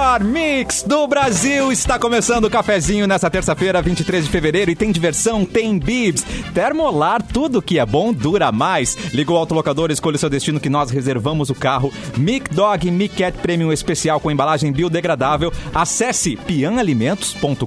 melhor mix do Brasil. Está começando o cafezinho nessa terça-feira, 23 de fevereiro, e tem diversão, tem bibs. Termolar, tudo que é bom dura mais. Liga o autolocador, escolha o seu destino que nós reservamos o carro. Mic Dog Mic Cat Premium especial com embalagem biodegradável. Acesse pianalimentos.com.br.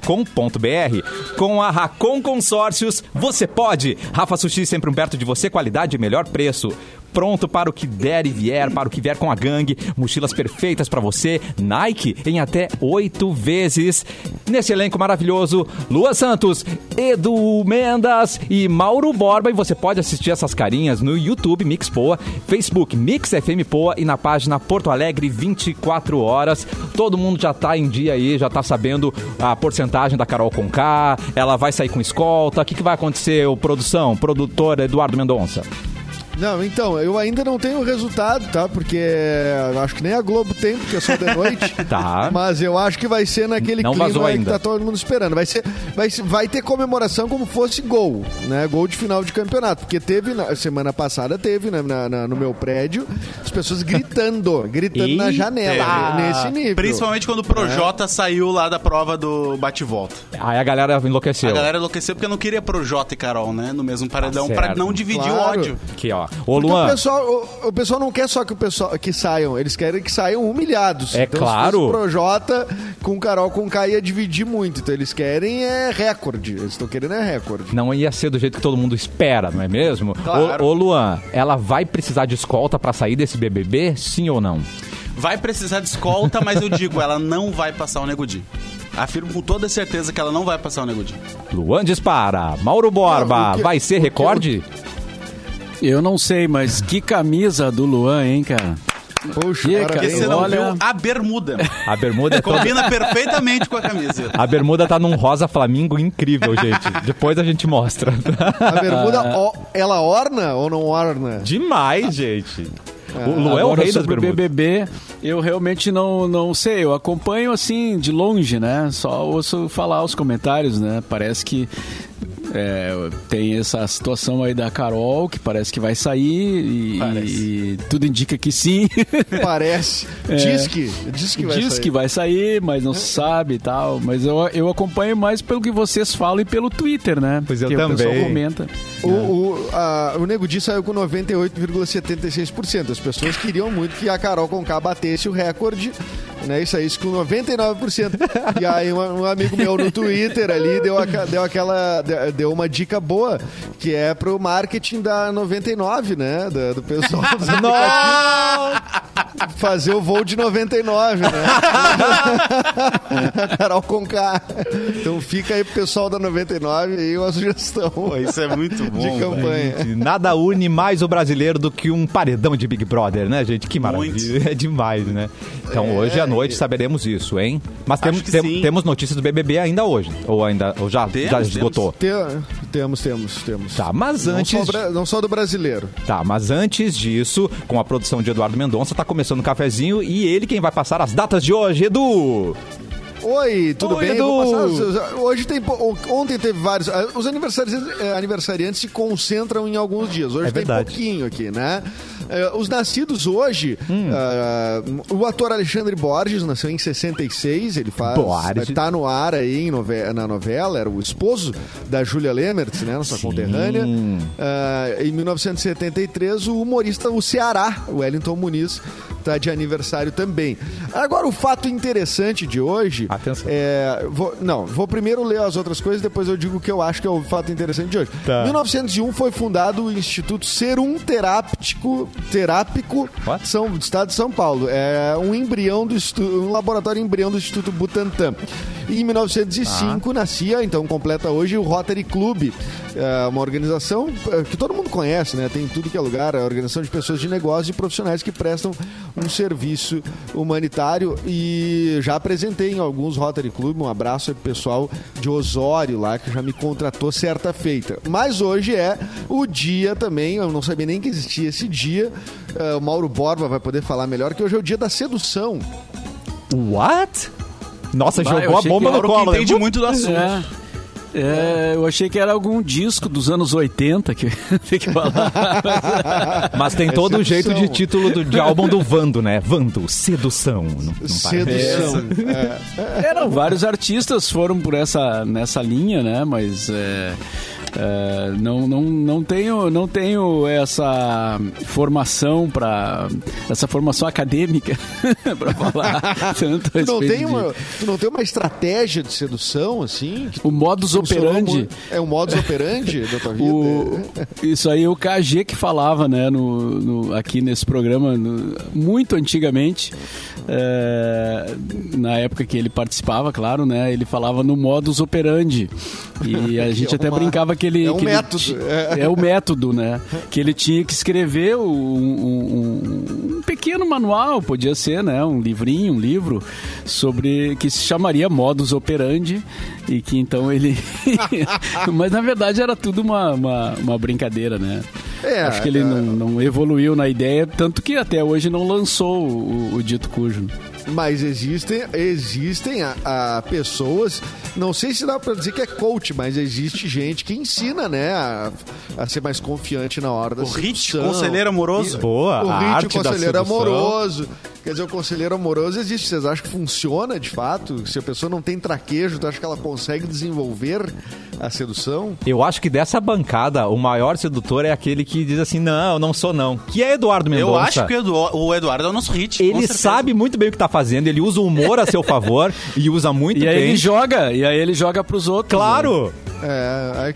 Com a Racon Consórcios, você pode. Rafa Sushi, sempre perto de você, qualidade e melhor preço. Pronto para o que der e vier, para o que vier com a gangue. Mochilas perfeitas para você. Nike em até 8 vezes. Nesse elenco maravilhoso, Lua Santos, Edu Mendas e Mauro Borba. E você pode assistir essas carinhas no YouTube Mix Poa, Facebook Mix FM Poa e na página Porto Alegre 24 horas. Todo mundo já tá em dia aí, já tá sabendo a porcentagem da Carol Conká. Ela vai sair com escolta. O que vai acontecer, produtor Eduardo Mendonça? Não, então, eu ainda não tenho o resultado, tá? Porque acho que nem a Globo tem, porque é só de noite. Tá. Mas eu acho que vai ser naquele não clima ainda. Que tá todo mundo esperando. Vai ter comemoração como fosse gol, né? Gol de final de campeonato. Porque semana passada teve no meu prédio, as pessoas gritando na janela, nesse nível. Principalmente quando o Projota saiu lá da prova do bate-volta. Aí a galera enlouqueceu. A galera enlouqueceu porque não queria Projota e Carol, né? No mesmo paredão, pra não dividir o ódio. Aqui, ó. Ô, Luan. O pessoal não quer só que saiam, eles querem que saiam humilhados. É então, claro. Se fosse o Projota com Carol Conká ia dividir muito. Então eles querem recorde. Eles estão querendo recorde. Não ia ser do jeito que todo mundo espera, não é mesmo? Claro. Ô, Luan, ela vai precisar de escolta pra sair desse BBB, sim ou não? Vai precisar de escolta, mas eu digo, ela não vai passar o Nego Di. Afirmo com toda certeza que ela não vai passar o Nego Di. Luan dispara. Mauro Borba, vai ser recorde? Eu não sei, mas que camisa do Luan, hein, cara? Poxa, porque você não viu a bermuda. A bermuda combina perfeitamente com a camisa. A bermuda tá num rosa flamingo incrível, gente. Depois a gente mostra. A bermuda, ela orna ou não orna? Demais, gente. O Luan é o rei das bermudas. BBB, eu realmente não sei. Eu acompanho assim, de longe, né? Só ouço falar os comentários, né? Parece que tem essa situação aí da Carol, que parece que vai sair e tudo indica que sim. Parece. Diz que vai sair, mas não se sabe e tal. Mas eu acompanho mais pelo que vocês falam e pelo Twitter, né? Pois eu que também. O pessoal comenta. O Nego Di saiu com 98,76%. As pessoas queriam muito que a Carol Conká batesse o recorde, né? Isso aí, com 99%. E aí um amigo meu no Twitter ali deu uma dica boa, que é pro marketing da 99, né? Do pessoal dos aplicativos. Fazer o voo de 99, né? A Carol Conká. Então fica aí pro pessoal da 99 aí uma sugestão. Isso é muito bom. De campanha. Gente, nada une mais o brasileiro do que um paredão de Big Brother, né, gente? Que maravilha. Muito. É demais, né? Então hoje à noite saberemos isso, hein? Mas temos notícias do BBB ainda hoje. Ou já esgotou? Temos. Tá, mas antes... Não só do brasileiro. Tá, mas antes disso, com a produção de Eduardo Mendonça, tá começando o cafezinho e ele quem vai passar as datas de hoje, Edu! Oi, tudo bem? Edu. Hoje ontem teve vários. Os aniversariantes se concentram em alguns dias. Hoje tem pouquinho aqui, né? Os nascidos hoje, o ator Alexandre Borges nasceu em 66, ele tá no ar aí na novela, era o esposo da Júlia Lemertz, né, nossa conterrânea. Em 1973, o humorista, o Ceará, o Wellington Muniz, tá de aniversário também. Agora, o fato interessante de hoje... Atenção. Vou primeiro ler as outras coisas, depois eu digo o que eu acho que é o fato interessante de hoje. Tá. Em 1901 foi fundado o Instituto Serum Terápico do Estado de São Paulo. É um laboratório embrião do Instituto Butantan. E em 1905 nascia, então completa hoje, o Rotary Club, uma organização que todo mundo conhece, né? Tem em tudo que é lugar, a organização de pessoas de negócio e profissionais que prestam um serviço humanitário, e já apresentei em alguns Rotary Club. Um abraço aí pro pessoal de Osório lá, que já me contratou certa feita. Mas hoje é o dia também, eu não sabia nem que existia esse dia, o Mauro Borba vai poder falar melhor, que hoje é o dia da sedução. What? Nossa, jogou a bomba no colo. Entende muito do assunto. Eu achei que era algum disco dos anos 80 que tem que falar. Mas tem todo o jeito de título de álbum do Vando, né? Vando, Sedução. Não Sedução. Eram vários artistas foram por nessa linha, né? Mas não tenho essa formação acadêmica para falar tanto a respeito Tu não tem uma estratégia de sedução, assim? O modus operandi. É o modus operandi da tua vida? Isso aí, o KG que falava, né, aqui nesse programa, muito antigamente, na época que ele participava, claro, né, ele falava no modus operandi. E a gente até brincava que ele... É um método. É o método, né? Que ele tinha que escrever um pequeno manual, podia ser, né? Um livro, que se chamaria modus operandi, e que então ele... Mas na verdade era tudo uma brincadeira, né? Acho que ele não evoluiu na ideia, tanto que até hoje não lançou o dito cujo. Mas existem pessoas, não sei se dá pra dizer que é coach, mas existe gente que ensina, né, a ser mais confiante na hora da sedução. O HIT, conselheiro amoroso. Boa, o a HIT, arte conselheiro da sedução. amoroso. Quer dizer, o conselheiro amoroso existe. Vocês acham que funciona, de fato? Se a pessoa não tem traquejo, tu acha que ela consegue desenvolver a sedução? Eu acho que dessa bancada, o maior sedutor é aquele que diz assim, não sou não. Que é Eduardo Mendonça. Eu acho que o Eduardo é o nosso HIT. Ele sabe muito bem o que tá fazendo, ele usa o humor a seu favor e usa muito bem. E aí ele joga pros outros. Claro! Né?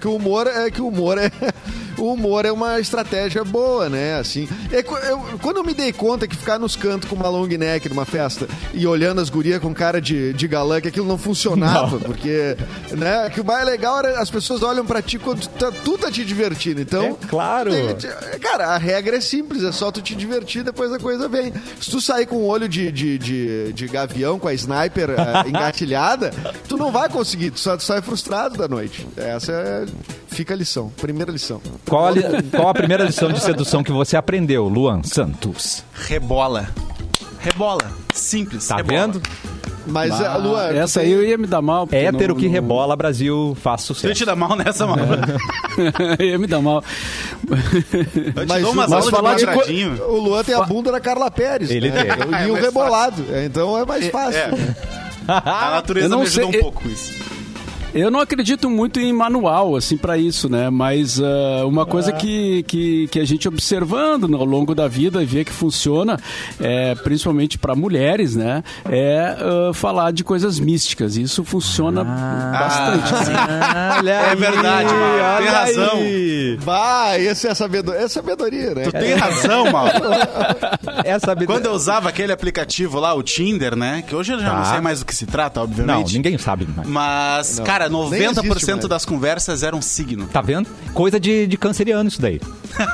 O humor é uma estratégia boa, né? Assim, quando eu me dei conta que ficar nos cantos com uma long neck numa festa e olhando as gurias com cara de galã, que aquilo não funcionava, porque, né? Que o mais legal era as pessoas olham pra ti quando tu tá te divertindo. Então, claro. Cara, a regra é simples, é só tu te divertir, depois a coisa vem. Se tu sair com o olho de gavião, com a sniper engatilhada, tu não vai conseguir, tu sai frustrado da noite. Essa fica a lição, primeira lição. Qual a primeira lição de sedução que você aprendeu, Luan Santos? Rebola. Simples. Tá rebola. vendo? Mas, Luan... Essa aí eu ia me dar mal. Hétero que rebola, Brasil, faz sucesso. Eu te dar mal nessa, mano. Eu ia me dar mal. Eu te dou umas aulas falar de quadradinho. O Luan tem a bunda da Carla Pérez. Ele né? tem. E o rebolado. Então é mais fácil. A natureza me ajudou um pouco com isso. Eu não acredito muito em manual, assim, pra isso, né? Mas uma coisa que a gente observando ao longo da vida e vê que funciona, principalmente pra mulheres, né? Falar de coisas místicas. Isso funciona bastante. Assim. É verdade, Mauro. Tem razão. Vai, essa é a sabedoria, né? Tu tem razão, Mauro. Sabedoria. Quando eu usava aquele aplicativo lá, o Tinder, né? Que hoje eu já não sei mais do que se trata, obviamente. Não, ninguém sabe mais. Mas, cara, 90% das conversas eram signo. Tá vendo? Coisa de canceriano isso daí.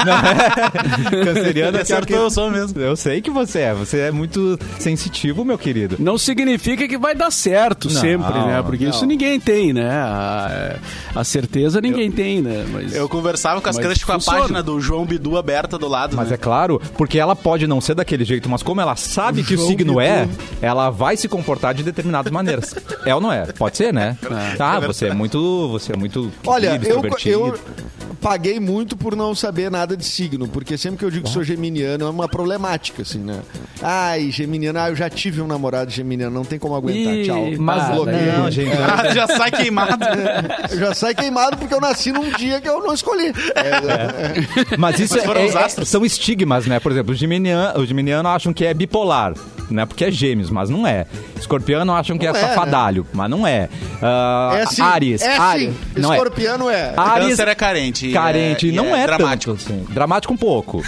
Canceriano acertou, eu sou mesmo. Eu sei que você é. Você é muito sensitivo, meu querido. Não significa que vai dar certo sempre, né? Porque isso ninguém tem, né? A certeza ninguém tem, né? Mas, eu conversava com as crush com a página do João Bidu aberta do lado. Mas né? é claro, porque ela pode não ser daquele jeito, mas como ela sabe que o signo Bidu. ela vai se comportar de determinadas maneiras. É ou não é? Pode ser, né? Você é muito Olha, extrovertido. eu paguei muito por não saber nada de signo, porque sempre que eu digo que sou geminiano é uma problemática, assim, né? Ai, geminiano, eu já tive um namorado geminiano, não tem como aguentar, tchau. Mas não, gente. Já sai queimado. Já sai queimado porque eu nasci num dia que eu não escolhi. Mas isso Mas são estigmas, né? Por exemplo, os geminianos acham que é bipolar, né? Porque é gêmeos, mas não é. Escorpiano acham que é safadalho, mas não é. Sim. Áries. Sim. Não Escorpiano é. Áries, Câncer é carente. não é dramático. Tanto, assim. Dramático um pouco.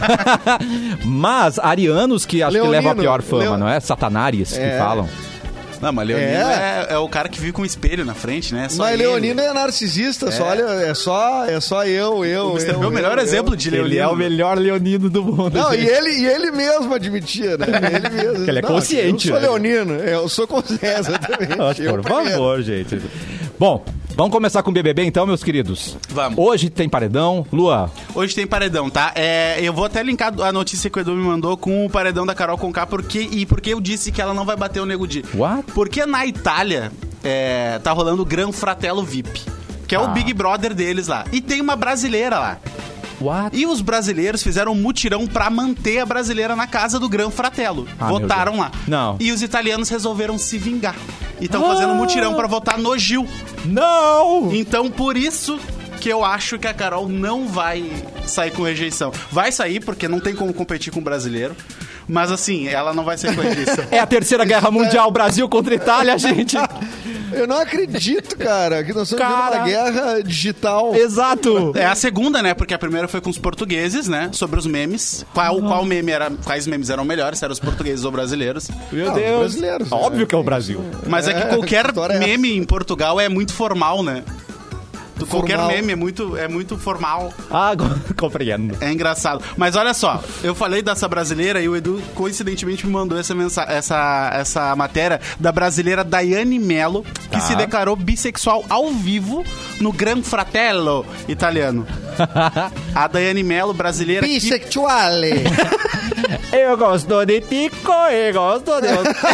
Mas arianos que acho que levam a pior fama, não é? Satanares que falam. Não, mas Leonino é o cara que vive com um espelho na frente, né? Só mas ele. Leonino é narcisista, só olha, é só eu. Você é o melhor exemplo de Leonino. Ele é o melhor Leonino do mundo. Não, e ele mesmo admitia, né? Ele mesmo. Que ele é consciente. Eu sou Leonino, eu sou consciente, exatamente. Por favor, gente. Bom, vamos começar com o BBB então, meus queridos? Vamos. Hoje tem paredão. Lua. Hoje tem paredão, tá? Eu vou até linkar a notícia que o Edu me mandou com o paredão da Carol Conká, porque eu disse que ela não vai bater o Nego Di. What? Porque na Itália tá rolando o Gran Fratello VIP. que é o Big Brother deles lá. E tem uma brasileira lá. What? E os brasileiros fizeram um mutirão pra manter a brasileira na casa do Gran Fratello. Votaram lá. Não. E os italianos resolveram se vingar. E estão fazendo um mutirão pra votar no Gil. Não! Então, por isso que eu acho que a Carol não vai sair com rejeição. Vai sair, porque não tem como competir com o brasileiro. Mas, assim, ela não vai sair com rejeição. É a Terceira Guerra Mundial, Brasil contra Itália, gente. Eu não acredito, cara, que nós estamos vivendo uma guerra digital. Exato. É a segunda, né? Porque a primeira foi com os portugueses, né? Sobre os memes. Quais memes eram melhores? Se eram os portugueses ou brasileiros. Meu Deus. Brasileiros. Óbvio que é o Brasil. Mas é que qualquer história é meme em Portugal é muito formal, né? Qualquer Formal. meme é muito formal. Ah, compreendo. É engraçado. Mas olha só, eu falei dessa brasileira e o Edu, coincidentemente, me mandou essa matéria da brasileira Daiane Mello, que se declarou bissexual ao vivo no Gran Fratello italiano. A Daiane Mello, brasileira... Bissexuale. Eu gosto de tico, eu gosto de...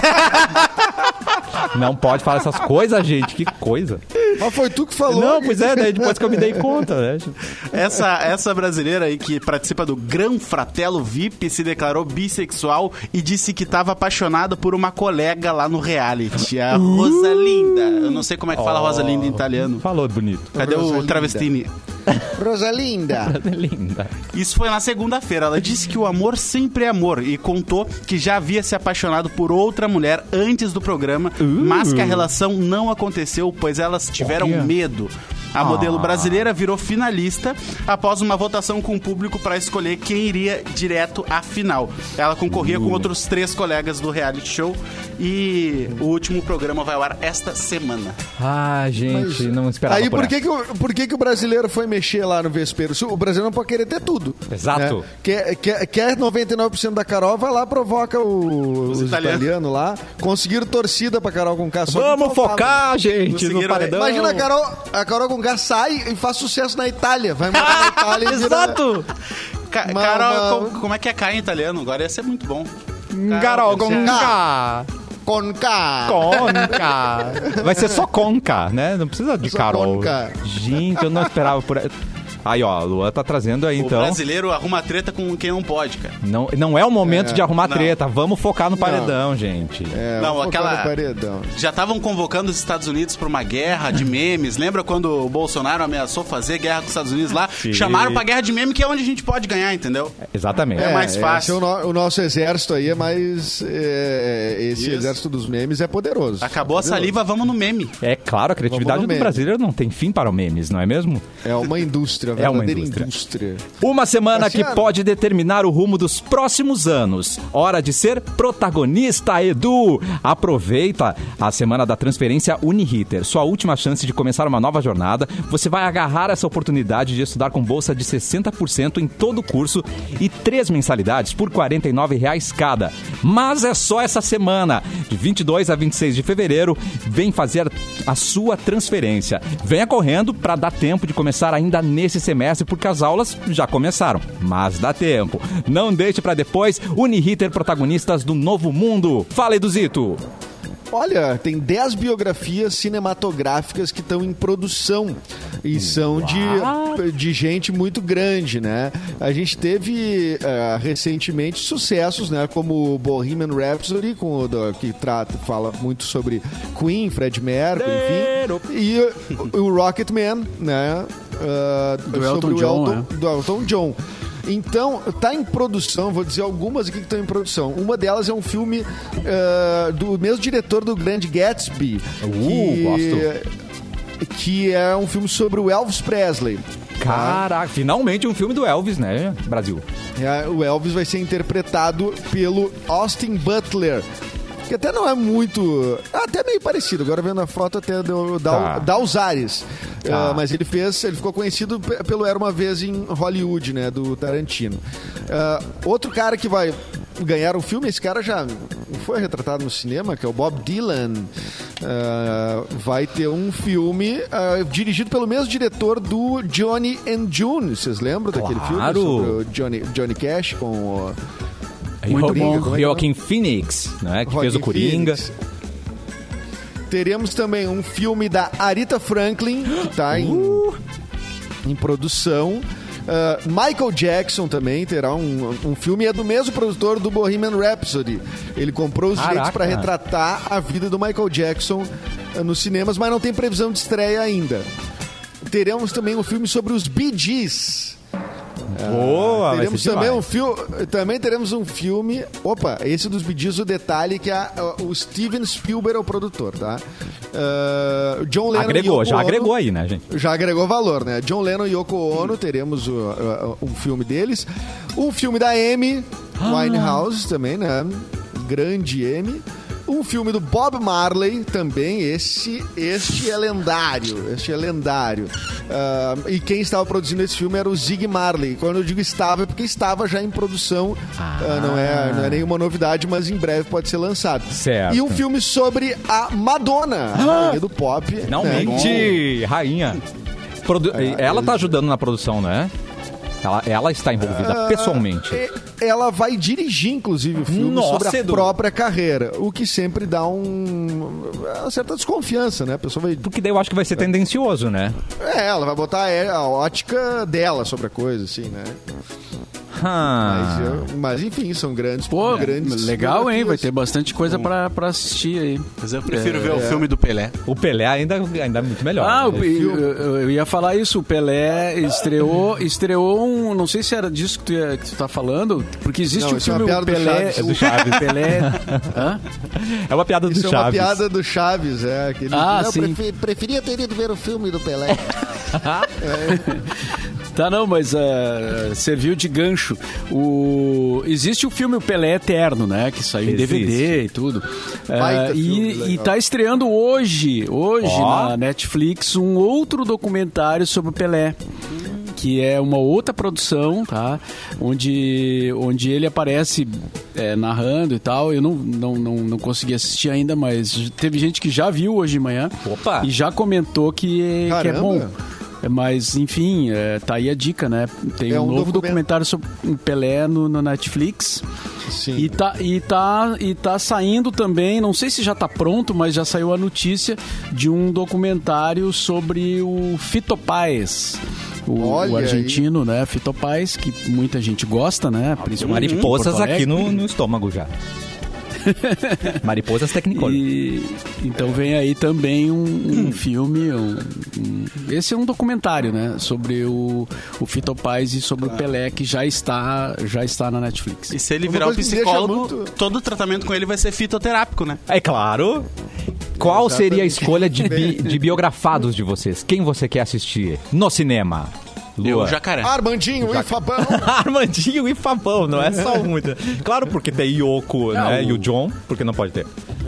Não pode falar essas coisas, gente. Que coisa. Mas foi tu que falou. Não, pois é, né? Depois que eu me dei conta, né? Essa brasileira aí que participa do Gran Fratello VIP se declarou bissexual e disse que estava apaixonada por uma colega lá no reality, a Rosalinda. Eu não sei como é que fala Rosalinda em italiano. Falou bonito. Cadê o Rosalinda. travestini? Rosalinda. Linda. Isso foi na segunda-feira. Ela disse que o amor sempre é amor e contou que já havia se apaixonado por outra mulher antes do programa, mas que a relação não aconteceu, pois elas tiveram medo. A modelo brasileira virou finalista após uma votação com o público para escolher quem iria direto à final. Ela concorria com outros 3 colegas do reality show e o último programa vai ao ar esta semana. Ah, gente, não esperava Aí por por que o brasileiro foi mexer lá no vespeiro? O brasileiro não pode querer ter tudo. Exato. Né? Quer 99% da Carol, vai lá, provoca os italianos lá. Conseguiram torcida pra Carol com K. Vamos focar, gente, no Conseguiram- paredão. Imagina a Carol com K sai e faz sucesso na Itália. Vai morar na Itália e vira... Exato. Carol, como é que é K em italiano? Agora ia ser muito bom. Carol com K. K. Com K. Conca. Vai ser só Conca, né? Não precisa de Só Carol. Conca. Gente, eu não esperava por... Aí, ó, a Luan tá trazendo aí, O então. brasileiro arruma treta com quem não pode, cara. Não é o momento de arrumar não. treta. Vamos focar no paredão, gente. Não, vou focar aquela- no paredão. Já estavam convocando os Estados Unidos para uma guerra de memes. Lembra quando o Bolsonaro ameaçou fazer guerra com os Estados Unidos lá? Sim. Chamaram pra guerra de meme, que é onde a gente pode ganhar, entendeu? Exatamente. É mais fácil. O nosso exército aí é mais... esse Isso. exército dos memes é poderoso. Acabou a saliva, vamos no meme. É claro, a criatividade Vamos no do meme. brasileiro não tem fim para o memes, não é mesmo? É uma indústria, É uma verdadeira indústria. Uma semana que Cassiano. pode determinar o rumo dos próximos anos. Hora de ser protagonista, Edu! Aproveita a semana da transferência Uniriter, sua última chance de começar uma nova jornada. Você vai agarrar essa oportunidade de estudar com bolsa de 60% em todo o curso e 3 mensalidades por R$ 49,00 cada. Mas é só essa semana, de 22 a 26 de fevereiro, vem fazer a sua transferência. Venha correndo para dar tempo de começar ainda nesse semestre, porque as aulas já começaram, mas dá tempo. Não deixe para depois. Uniriter, protagonistas do novo mundo. Fala, Eduzito. Olha, tem 10 biografias cinematográficas que estão em produção e são de gente muito grande, né? A gente teve recentemente sucessos, né? Como Bohemian Rhapsody, que fala muito sobre Queen, Fred Mercury, enfim. E o Rocketman, né? Do Elton John, do Elton John. Então, tá em produção, vou dizer algumas aqui que estão em produção. Uma delas é um filme do mesmo diretor do Grande Gatsby. Que é um filme sobre o Elvis Presley. Caraca, finalmente um filme do Elvis, né, Brasil? O Elvis vai ser interpretado pelo Austin Butler. Que até não é muito... Até meio parecido. Agora vendo a foto até dá os ares. Mas ele ficou conhecido pelo Era Uma Vez em Hollywood, né? Do Tarantino. Outro cara que vai ganhar um filme, esse cara já foi retratado no cinema, que é o Bob Dylan. Vai ter um filme dirigido pelo mesmo diretor do Johnny and June. Vocês lembram daquele filme sobre o Johnny Cash com o... Muito bom. Joaquin Phoenix, né? Que fez o Coringa. Phoenix. Teremos também um filme da Aretha Franklin, que está em produção. Michael Jackson também terá um filme, é do mesmo produtor do Bohemian Rhapsody. Ele comprou os direitos para retratar a vida do Michael Jackson nos cinemas, mas não tem previsão de estreia ainda. Teremos também um filme sobre os Bee Gees. Boa, teremos também teremos um filme. Opa, esse dos Bee Gees, o detalhe que o Steven Spielberg é o produtor, tá? John Lennon já agregou aí, né, gente? Já agregou valor, né? John Lennon e Yoko Ono, teremos um filme deles. Um filme da Amy Winehouse também, né? Grande Amy. Um filme do Bob Marley também, este é lendário. E quem estava produzindo esse filme era o Zig Marley. Quando eu digo estava, é porque estava já em produção. Não é nenhuma novidade, mas em breve pode ser lançado. Certo. E um filme sobre a Madonna, a rainha do pop. Finalmente, né? Rainha. Ela tá ajudando na produção, né? Ela está envolvida pessoalmente. Ela vai dirigir, inclusive, o filme sobre a própria carreira. O que sempre dá uma certa desconfiança, né? A pessoa vai... Porque daí eu acho que vai ser tendencioso, né? Ela vai botar a ótica dela sobre a coisa, assim, né? Mas enfim, são grandes. Legal, hein? Vai ter bastante coisa pra assistir aí. Mas eu prefiro ver o filme do Pelé. O Pelé ainda é muito melhor. Eu ia falar isso. O Pelé estreou um. Não sei se era disso que tu tá falando, porque existe um filme o Pelé. Do Chaves. Pelé. É uma piada do Chaves. É uma piada do Chaves, sim. Preferia ter ido ver o filme do Pelé. Tá, não, mas serviu de gancho. Existe o filme O Pelé Eterno, né? Que saiu em DVD e tudo. E tá estreando hoje na Netflix um outro documentário sobre o Pelé. Que é uma outra produção, tá? Onde ele aparece narrando e tal. Eu não consegui assistir ainda, mas teve gente que já viu hoje de manhã. Opa! E já comentou que é bom. Mas, enfim, tá aí a dica, né? Tem um novo documentário sobre o Pelé no Netflix. Sim. E tá saindo também, não sei se já tá pronto, mas já saiu a notícia de um documentário sobre o Fito Páez. O argentino, aí, né? Fito Páez, que muita gente gosta, né? Principalmente mariposas aqui no estômago já. Mariposas Technicolor. Então vem aí também um filme, esse é um documentário, né, sobre o Fito Páez e sobre o Pelé, que já está na Netflix. E se ele virar um psicólogo, todo o tratamento com ele vai ser fitoterápico, né? É claro. Qual seria a escolha de biografados de vocês? Quem você quer assistir no cinema? O Jacaré. Armandinho e Fabão. Armandinho e Fabão, não é só muito. Claro, porque tem Yoko, né? E o John, porque não pode ter.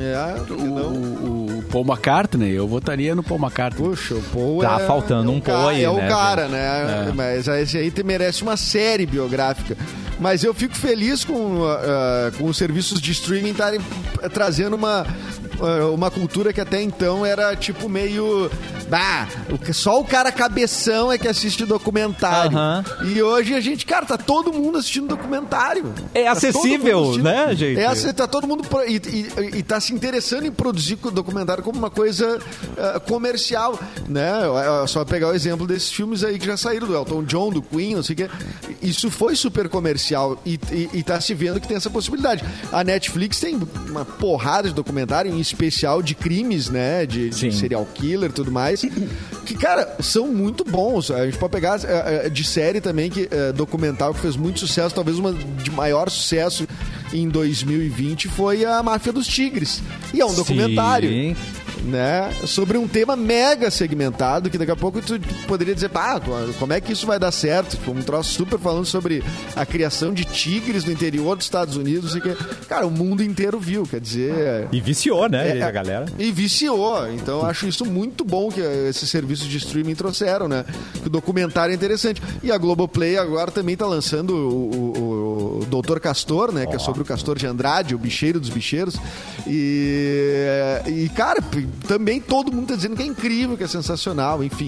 O Paul McCartney, eu votaria no Paul McCartney. Puxa, o Paul tá faltando um Paul aí, né? É o cara, né? Mas esse aí merece uma série biográfica. Mas eu fico feliz com os serviços de streaming estarem trazendo uma cultura que até então era tipo meio... só o cara cabeção é que assiste documentário. E hoje a gente, cara, tá todo mundo assistindo documentário. É acessível, né, gente? Tá todo mundo... E tá se interessando em produzir documentário como uma coisa comercial, né? É só pegar o exemplo desses filmes aí que já saíram, do Elton John, do Queen, não sei o que. Isso foi super comercial e tá se vendo que tem essa possibilidade. A Netflix tem uma porrada de documentário, em especial de crimes, né? De serial killer e tudo mais. Que, cara, são muito bons. A gente pode pegar de série também, documental que fez muito sucesso, talvez uma de maior sucesso em 2020 foi a Máfia dos Tigres. E é um documentário, né, sobre um tema mega segmentado, que daqui a pouco tu poderia dizer, como é que isso vai dar certo? Tipo, um troço super falando sobre a criação de tigres no interior dos Estados Unidos. Cara, o mundo inteiro viu, quer dizer... E viciou, né, a galera? E viciou. Então, eu acho isso muito bom que esses serviços de streaming trouxeram, né? Que o documentário é interessante. E a Globoplay agora também tá lançando o Doutor Castor, né? Que é sobre o Castor de Andrade, o bicheiro dos bicheiros. E cara, também todo mundo tá dizendo que é incrível, que é sensacional. Enfim,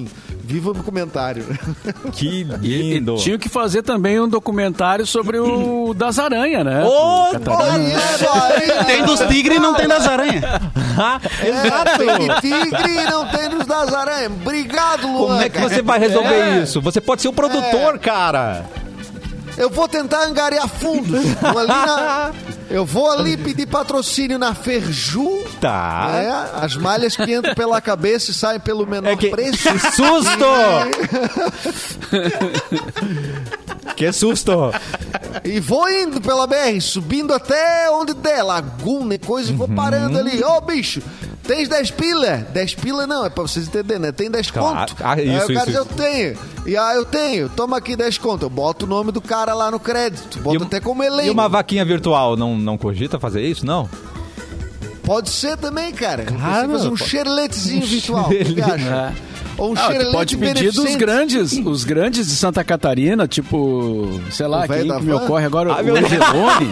Viva o comentário. Que lindo. E tinha que fazer também um documentário sobre o das aranhas, né? Olha isso aí! Tem dos tigres e não tem das aranhas. Exato! Tem tigre e não tem dos das aranhas. Obrigado, Luan. Como é que você vai resolver isso? Você pode ser o produtor, cara. Eu vou tentar angariar fundos. Eu vou ali pedir patrocínio na Ferju. Tá. Né? As malhas que entram pela cabeça e saem pelo menor preço. Que susto! Que susto! E vou indo pela BR, subindo até onde der, Laguna e coisa, e vou parando ali. Ô, bicho, tens 10 pila? 10 pila não, é pra vocês entenderem, né? Tem 10 conto. Isso, aí o cara diz, isso. eu tenho. E eu tenho. Toma aqui 10 conto. Eu boto o nome do cara lá no crédito. Boto até como elenco. E uma vaquinha virtual, não cogita fazer isso, não? Pode ser também, cara. Você fazer um xereletezinho virtual. O que acha? Ou um Tu xerelete pode pedir dos beneficente. os grandes de Santa Catarina, tipo, sei lá, O velho quem da que me van? ocorre agora? Ah, O meu Deus. Angelone.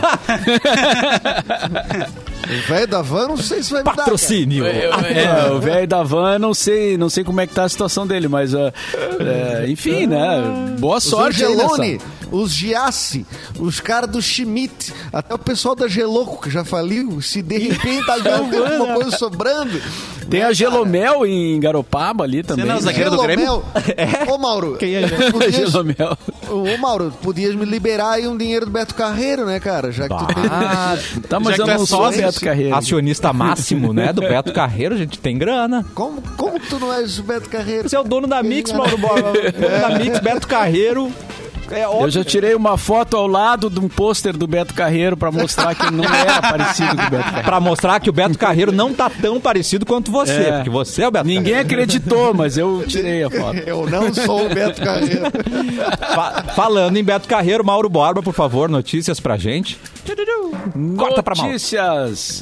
O velho da van, não sei se vai me dar, Patrocínio. O velho da van, não sei como é que tá a situação dele, mas enfim, né? Boa sorte aí Os Angelone, nessa. os Giassi, os caras do Schmidt, até o pessoal da Geloco, que já faliu, se de repente tá ganhando alguma coisa sobrando. Tem a Gelomel em Garopaba ali também. não é o né? zagueiro do Grêmio? Ô, Mauro, A Gelomel. ô, Mauro, podias me liberar aí um dinheiro do Beto Carreiro, né, cara? Já que tu tem... Tá, mas Já eu que tu é não sou sócio, Beto Carreiro. Acionista máximo, né, do Beto Carreiro, a gente tem grana. Como que tu não és o Beto Carreiro? Você é o dono da Mix, Mauro Borba. Dono da Mix, Beto Carreiro. É Eu óbvio. já tirei uma foto ao lado de um pôster do Beto Carreiro pra mostrar que ele não era parecido com o Beto Carreiro. Pra mostrar que o Beto Carreiro não tá tão parecido quanto você, É. porque você é o Beto Ninguém Carreiro. acreditou, mas eu tirei a foto. Eu não sou o Beto Carreiro. Falando em Beto Carreiro, Mauro Borba, por favor, notícias pra gente. Corta pra Mauro. Notícias.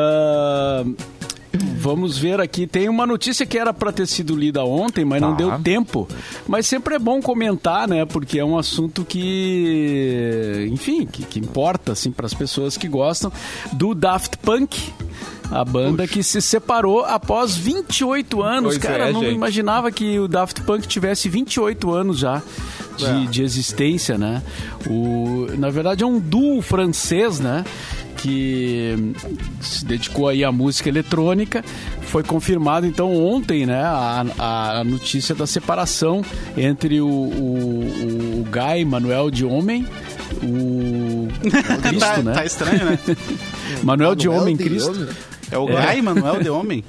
Vamos ver aqui. Tem uma notícia que era para ter sido lida ontem, mas não Tá. deu tempo. Mas sempre é bom comentar, né? Porque é um assunto que, enfim, que importa assim para as pessoas que gostam do Daft Punk. A banda que se separou após 28 anos. Pois Cara, é, não gente. imaginava que o Daft Punk tivesse 28 anos já de existência, né? Na verdade, é um duo francês, né? Que se dedicou aí à música eletrônica. Foi confirmado, então, ontem, né? A notícia da separação entre o Guy Manuel de Homem, o Cristo, né? Tá estranho, né? Manuel de Manuel Homem de Cristo. Homem. É o Gai Manuel de Homem.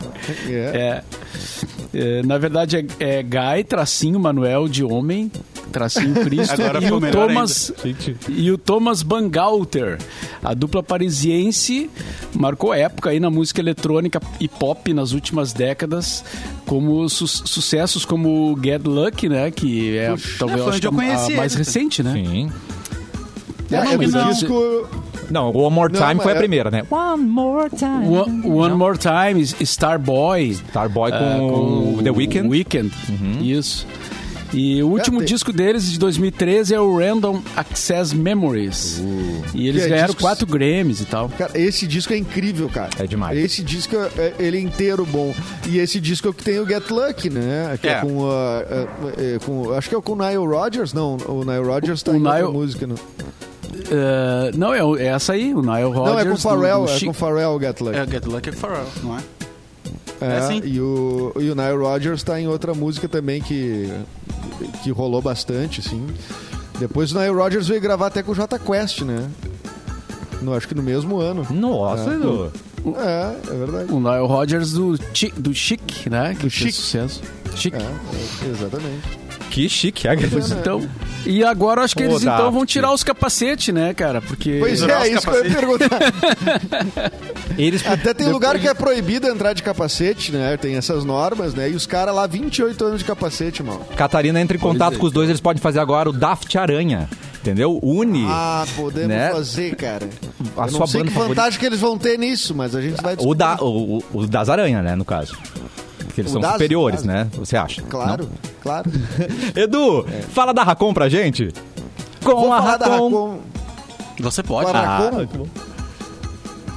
Na verdade é Guy, tracinho Manuel de Homem, tracinho Cristo. Agora e ficou o melhor Thomas e o Thomas Bangalter. A dupla parisiense marcou época aí na música eletrônica e pop nas últimas décadas, como sucessos como Get Lucky, né, que é talvez foi acho onde que eu conheci a mais ele. recente, né? Sim. O disco... Não, o One More Não, Time mas foi a é- primeira, né? One More Time. One More Time, Starboy. Starboy com The Weeknd. Isso. E o último tem- disco deles, de 2013, é o Random Access Memories. E eles Que é ganharam discos- 4 Grammys e tal. Cara, esse disco é incrível, cara. É demais. Esse disco, ele é inteiro bom. E esse disco é o que tem o Get Lucky, né? Que é com acho que é com o Nile Rodgers. Não, o Nile Rodgers tá O em outra Nile- música, não. Não, é essa aí, o Nile Rodgers. Não, é com o Pharrell, do é Chic- com o Pharrell o Get Lucky. É o Get Lucky Pharrell, não é? É, sim. e o Nile Rodgers tá em outra música também que rolou bastante, assim. Depois o Nile Rodgers veio gravar até com o Jota Quest, né? Acho que no mesmo ano. Nossa, Edu. É verdade. O Nile Rodgers do Chic, né? Que Do fez Chic. sucesso. Chic. Exatamente. Que chique. Pois então. E agora acho que eles Daft. então vão tirar os capacetes, né, cara? Porque. Pois Tirar os é, isso que eu ia perguntar. Eles Até tem lugar que é proibido entrar de capacete, né? Tem essas normas, né? E os caras lá, 28 anos de capacete, mano. Catarina entra em contato é. com os dois, eles podem fazer agora o Daft Aranha. Entendeu? Une. Ah, podemos né? fazer, cara. A Eu sua não sei banda que vantagem que eles vão ter nisso, mas a gente vai descobrir. O das aranhas, né, no caso. Porque eles O são das- superiores, das- né? Você acha? Claro, claro. Não? Edu, fala da Racon pra gente. Com Vou a falar da Racon. Racon. Você pode. Com a Racon. muito bom.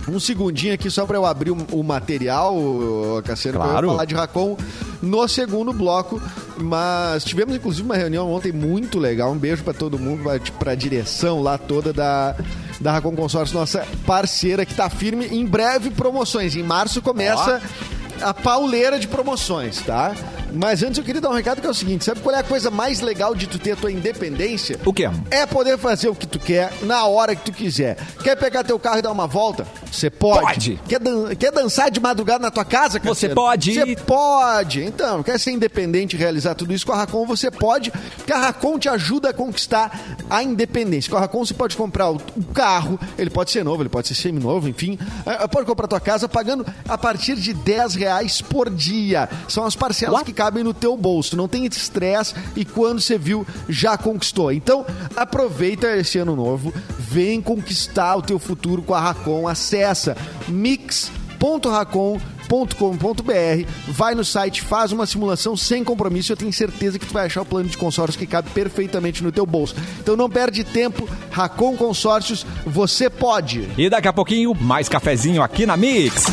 um segundinho aqui só para eu abrir o material, Cassiano, claro, para eu falar de Racon no segundo bloco. Mas tivemos, inclusive, uma reunião ontem muito legal. Um beijo para todo mundo, para a direção lá toda da Racon Consórcio, nossa parceira que tá firme. Em breve, promoções. Em março começa a pauleira de promoções, tá? Mas antes eu queria dar um recado que é o seguinte: sabe qual é a coisa mais legal de tu ter a tua independência? O quê? É poder fazer o que tu quer na hora que tu quiser. Quer pegar teu carro e dar uma volta? Você pode. Quer dançar de madrugada na tua casa? Você pode. Você pode. Então, quer ser independente e realizar tudo isso com a Racon? Você pode, porque a Racon te ajuda a conquistar a independência. Com a Racon você pode comprar o carro, ele pode ser novo, ele pode ser seminovo, enfim. Pode comprar a tua casa pagando a partir de R$10 por dia. São as parcelas que cabem no teu bolso. Não tem estresse e quando você viu, já conquistou. Então, aproveita esse ano novo, vem conquistar o teu futuro com a Racon. Acessa mix.racon.com.br, vai no site, faz uma simulação sem compromisso. Eu tenho certeza que tu vai achar o plano de consórcios que cabe perfeitamente no teu bolso. Então não perde tempo, Racon Consórcios, você pode. E daqui a pouquinho, mais cafezinho aqui na Mix.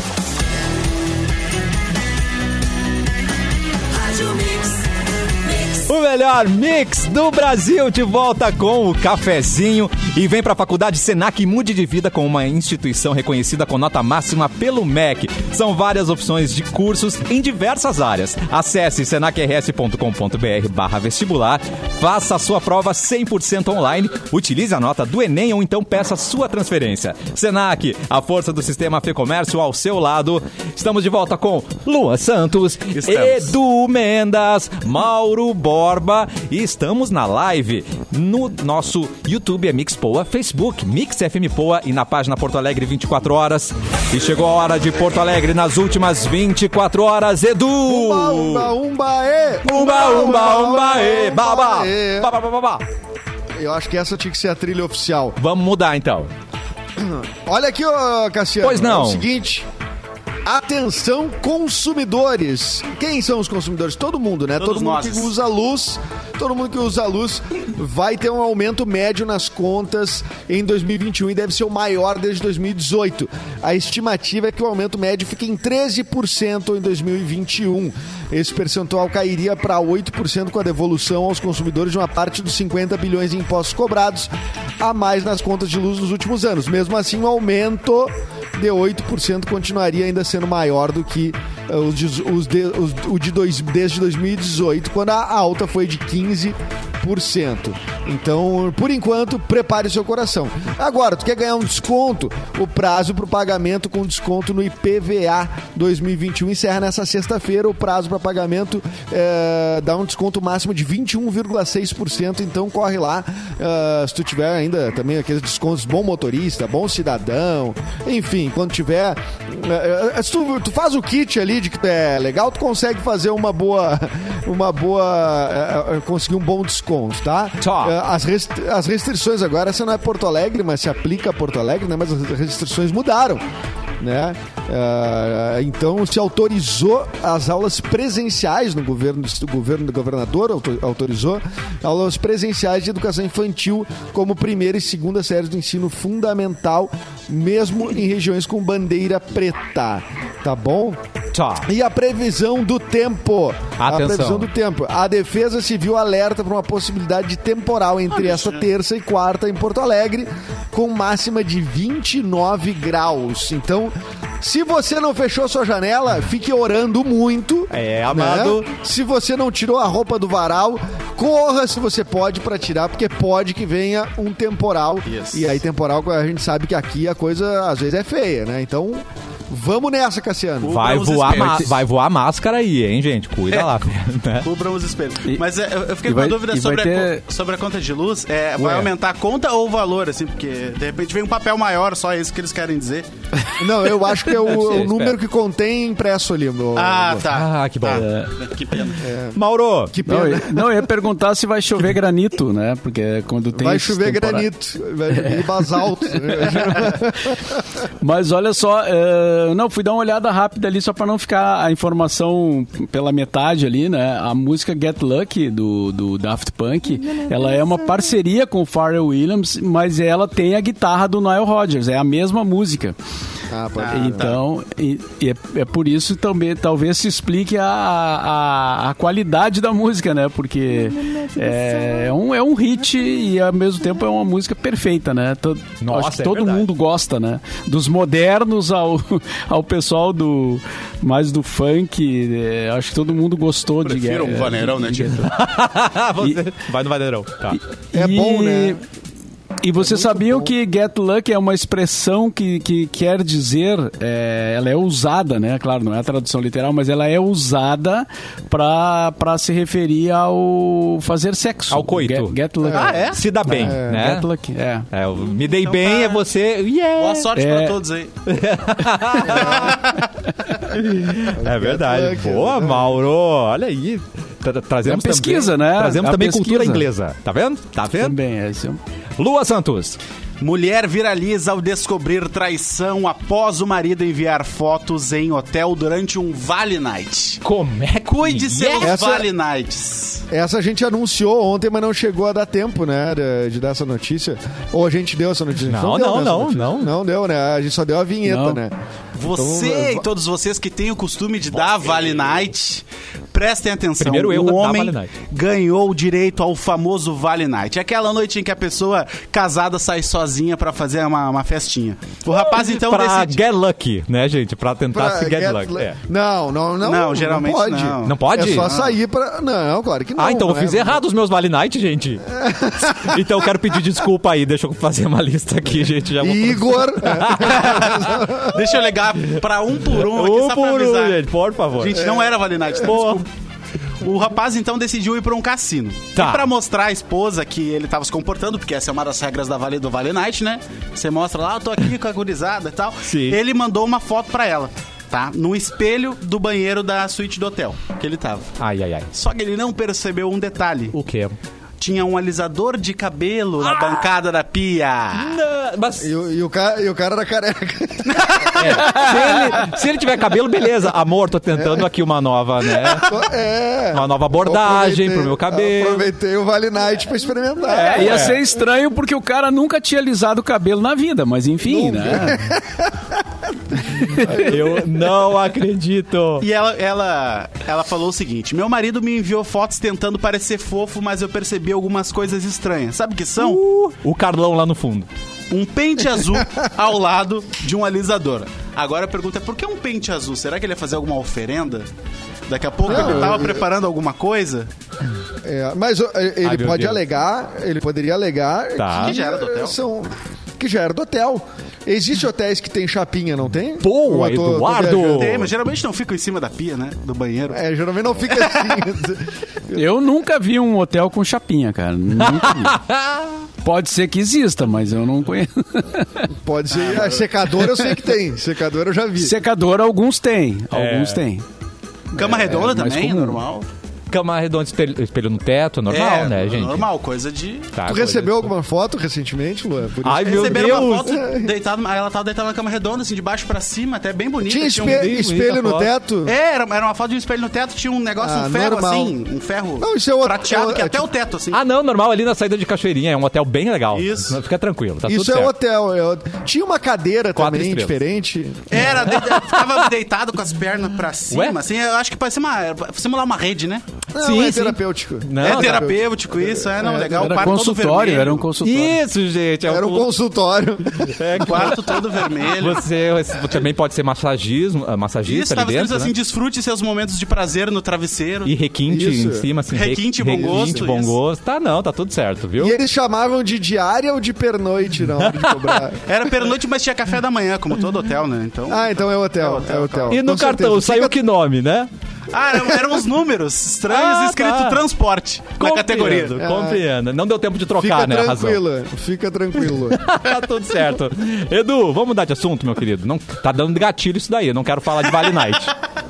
O melhor mix do Brasil de volta com o cafezinho. E vem pra Faculdade Senac e mude de vida com uma instituição reconhecida com nota máxima pelo MEC. São várias opções de cursos em diversas áreas. Acesse senacrs.com.br/vestibular, faça a sua prova 100% online, utilize a nota do Enem ou então peça sua transferência. Senac, a força do sistema Fê Comércio ao seu lado. Estamos de volta com Luan Santos, Edu Mendas, Mauro Borba e estamos na live no nosso YouTube, é Mix Poa, Facebook, Mix FM Poa e na página Porto Alegre 24 horas. E chegou a hora de Porto Alegre nas últimas 24 horas, Edu! Umba, umba, umba, e! Umba, umba, umba, e! Baba! Baba, baba, baba! Eu acho que essa tinha que ser a trilha oficial. Vamos mudar então. Olha aqui, ô Cassiano. Pois não. É o seguinte... Atenção, consumidores. Quem são os consumidores? Todo mundo, né? Todo mundo que usa luz. Todo mundo que usa luz vai ter um aumento médio nas contas em 2021 e deve ser o maior desde 2018. A estimativa é que o aumento médio fique em 13% em 2021. Esse percentual cairia para 8% com a devolução aos consumidores de uma parte dos 50 bilhões em impostos cobrados a mais nas contas de luz nos últimos anos. Mesmo assim, o aumento de 8% continuaria ainda sendo maior do que desde 2018, quando a alta foi de 15%. Então, por enquanto, prepare seu coração. Agora, tu quer ganhar um desconto? O prazo para o pagamento com desconto no IPVA 2021 encerra nessa sexta-feira. O prazo para pagamento dá um desconto máximo de 21,6%. Então, corre lá. Se tu tiver ainda também aqueles descontos bom motorista, bom cidadão, enfim, quando tiver... se tu faz o kit ali de que é legal, tu consegue fazer uma boa conseguir um bom desconto, tá? As restrições agora, essa não é Porto Alegre, mas se aplica a Porto Alegre, né? Mas as restrições mudaram, né? Então se autorizou as aulas presenciais no governo do governador autorizou aulas presenciais de educação infantil como primeira e segunda séries do ensino fundamental, mesmo em regiões com bandeira preta, tá bom? E a previsão do tempo. Atenção. A previsão do tempo. A Defesa Civil alerta para uma possibilidade de temporal entre esta terça e quarta em Porto Alegre, com máxima de 29 graus. Então, se você não fechou sua janela, fique orando muito. Amado. Né? Se você não tirou a roupa do varal, corra se você pode para tirar, porque pode que venha um temporal. Yes. E aí, temporal, a gente sabe que aqui a coisa às vezes é feia, né? Então... vamos nessa, Cassiano. Vai voar máscara aí, hein, gente? Cuida lá. Né? Cubram os espelhos. Mas eu fiquei com uma dúvida sobre a conta de luz. Vai aumentar a conta ou o valor, assim? Porque, de repente, vem um papel maior, só isso que eles querem dizer. Não, eu acho que é o número que contém impresso ali. Tá. Que bom. Que pena. Mauro. Que pena. Não, eu ia perguntar se vai chover granito, né? Porque quando tem... vai chover granito. Vai chover basalto. Mas olha só... fui dar uma olhada rápida ali só pra não ficar a informação pela metade ali, né? A música Get Lucky do Daft Punk, ela é uma parceria com o Pharrell Williams, mas ela tem a guitarra do Nile Rodgers, é a mesma música. Então, é por isso também, talvez se explique a qualidade da música, né? Porque é um hit e ao mesmo tempo é uma música perfeita, né? Acho que todo mundo gosta, né? Dos modernos ao pessoal mais do funk, acho que todo mundo gostou de Prefiro um vaneirão, né, Tito? Vai no vaneirão. Tá. É bom, né? E vocês sabiam que Get Lucky é uma expressão que quer dizer, ela é usada, né? Claro, não é a tradução literal, mas ela é usada pra se referir ao fazer sexo. Ao coito. Get Lucky. Se dá bem, né? Get Lucky, Me dei então bem, é você... Yeah. Boa sorte pra todos aí. É verdade. Boa, Mauro. Olha aí. Trazemos pesquisa, também, né? Trazemos também cultura inglesa. Tá vendo? Também, isso. Lua Santos. Mulher viraliza ao descobrir traição após o marido enviar fotos em hotel durante um Vale Night. Como é que... Cuide seus Vale Nights. Essa a gente anunciou ontem, mas não chegou a dar tempo, né, de dar essa notícia. Ou a gente deu essa notícia? Não deu, né? A gente só deu a vinheta, né? Você e todos vocês que têm o costume de dar Vale Night, prestem atenção. Primeiro eu o homem Vale Night. ganhou o direito ao famoso Vale Night. Aquela noite em que a pessoa casada sai sozinha pra fazer uma festinha. O rapaz então pra decide... get lucky, né, gente? Pra tentar se get lucky. Não, geralmente não pode. não. Não pode? É só sair pra... Não, claro que não. Então eu fiz errado os meus Vale Night, gente. Então eu quero pedir desculpa aí. Deixa eu fazer uma lista aqui, gente. Já vou Igor... Deixa eu ligar pra um por um aqui só pra avisar. gente, por favor. Gente, não era Vale Night, desculpa. O rapaz, então, decidiu ir pra um cassino. Tá. E pra mostrar à esposa que ele tava se comportando, porque essa é uma das regras do Vale Night, né? Você mostra lá, eu tô aqui com a gurizada e tal. Sim. Ele mandou uma foto pra ela, tá? No espelho do banheiro da suíte do hotel que ele tava. Ai. Só que ele não percebeu um detalhe. O quê? Tinha um alisador de cabelo na bancada da pia. Mas... E o cara era careca. Se ele tiver cabelo, beleza. Amor, tô tentando aqui uma nova, né? Uma nova abordagem pro meu cabelo. Aproveitei o Vale Night pra experimentar. Ia ser estranho porque o cara nunca tinha alisado o cabelo na vida, mas enfim, né? Eu não acredito. E ela falou o seguinte: meu marido me enviou fotos tentando parecer fofo, mas eu percebi algumas coisas estranhas. Sabe o que são? O Carlão lá no fundo. Um pente azul ao lado de um alisador. Agora a pergunta é: por que um pente azul? Será que ele ia fazer alguma oferenda? Daqui a pouco ele tava preparando alguma coisa? Mas ele pode alegar, ele poderia alegar que já era do hotel. Que já era do hotel. Existem hotéis que tem chapinha, não tem? Boa, Eduardo! Tem, mas geralmente não ficam em cima da pia, né? Do banheiro. Geralmente não fica assim. Eu nunca vi um hotel com chapinha, cara. Nunca vi. Pode ser que exista, mas eu não conheço. Pode ser. Secador eu sei que tem. Secador eu já vi. Secador alguns têm. Alguns têm. Cama redonda também, comum. Normal. Cama redonda, espelho no teto, normal, né, gente? Normal, coisa de... Tá, Tu recebeu alguma foto recentemente, Luan? Ai, meu Receberam Deus! uma foto deitada, ela tava deitada na cama redonda, assim, de baixo pra cima, até bem bonita. Tinha espelho no teto? Era uma foto de um espelho no teto, tinha um negócio, um ferro normal. assim, um ferro Não, isso prateado, que até o teto, assim. Ah, não, normal, ali na saída de Cachoeirinha, é um hotel bem legal. Isso. Fica tranquilo, tá Isso tudo certo. hotel. Tinha uma cadeira 4 também, estrelas. diferente. Ficava deitado com as pernas pra cima, assim, eu acho que parecia simular uma rede, né? Não, Sim, terapêutico. Não, terapêutico isso, legal. Era Quarto todo consultório, vermelho. era um consultório. Isso, gente. Era um consultório. Quarto todo vermelho. Você também pode ser massagista Isso, ali tava dentro, escrito assim, né? desfrute seus momentos de prazer no travesseiro. E requinte Isso. em cima, assim. Requinte bom gosto, bom isso. gosto. Tá tudo certo, viu? E eles chamavam de diária ou de pernoite na hora de cobrar? Era pernoite, mas tinha café da manhã, como todo hotel, né? Então... Então é hotel. É hotel. E no Com cartão certeza. saiu que nome, né? eram uns números estranhos escrito transporte na categoria. Compreendo. Não deu tempo de trocar, Fica né, a razão. Fica tranquilo. Tá tudo certo. Edu, vamos mudar de assunto, meu querido. Não, tá dando gatilho isso daí. Eu não quero falar de Vale Night.